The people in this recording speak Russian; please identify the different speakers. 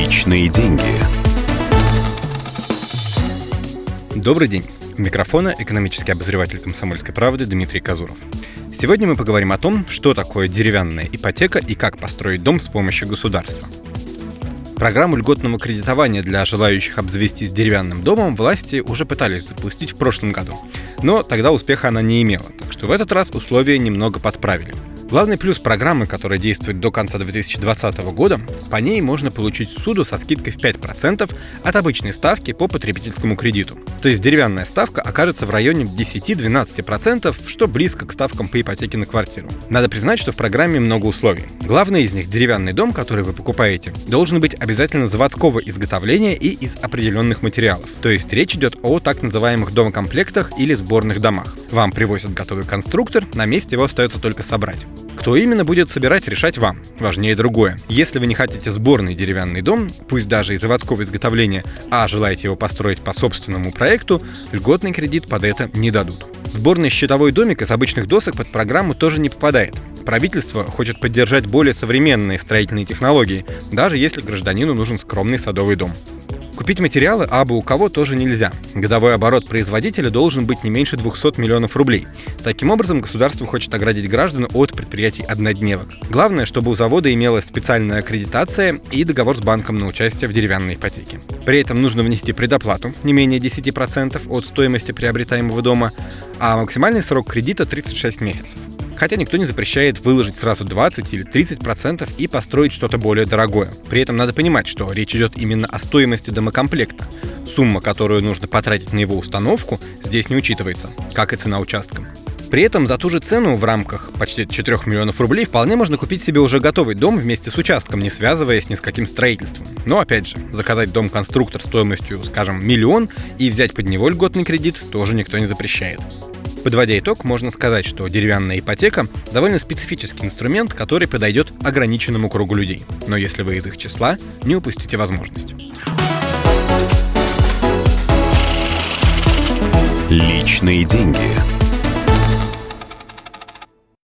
Speaker 1: Личные деньги.
Speaker 2: Добрый день. У микрофона экономический обозреватель «Комсомольской правды» Дмитрий Казуров. Сегодня мы поговорим о том, что такое деревянная ипотека и как построить дом с помощью государства. Программу льготного кредитования для желающих обзавестись деревянным домом власти уже пытались запустить в прошлом году, но тогда успеха она не имела, так что в этот раз условия немного подправили. Главный плюс программы, которая действует до конца 2020 года, по ней можно получить ссуду со скидкой в 5% от обычной ставки по потребительскому кредиту. То есть деревянная ставка окажется в районе 10-12%, что близко к ставкам по ипотеке на квартиру. Надо признать, что в программе много условий. Главное из них — деревянный дом, который вы покупаете, должен быть обязательно заводского изготовления и из определенных материалов. То есть речь идет о так называемых домкомплектах или сборных домах. Вам привозят готовый конструктор, на месте его остается только собрать. Кто именно будет собирать, решать вам. Важнее другое. Если вы не хотите сборный деревянный дом, пусть даже и заводского изготовления, а желаете его построить по собственному проекту, льготный кредит под это не дадут. Сборный щитовой домик из обычных досок под программу тоже не попадает. Правительство хочет поддержать более современные строительные технологии, даже если гражданину нужен скромный садовый дом. Купить материалы абы у кого тоже нельзя. Годовой оборот производителя должен быть не меньше 200 миллионов рублей. Таким образом, государство хочет оградить граждан от предприятий-однодневок. Главное, чтобы у завода имелась специальная аккредитация и договор с банком на участие в деревянной ипотеке. При этом нужно внести предоплату не менее 10% от стоимости приобретаемого дома, а максимальный срок кредита — 36 месяцев. Хотя никто не запрещает выложить сразу 20 или 30% и построить что-то более дорогое. При этом надо понимать, что речь идет именно о стоимости домокомплекта. Сумма, которую нужно потратить на его установку, здесь не учитывается, как и цена участка. При этом за ту же цену в рамках почти 4 миллионов рублей вполне можно купить себе уже готовый дом вместе с участком, не связываясь ни с каким строительством. Но опять же, заказать дом-конструктор стоимостью, скажем, 1 миллион и взять под него льготный кредит тоже никто не запрещает. Подводя итог, можно сказать, что деревянная ипотека — довольно специфический инструмент, который подойдет ограниченному кругу людей. Но если вы из их числа, не упустите возможность.
Speaker 1: Личные деньги.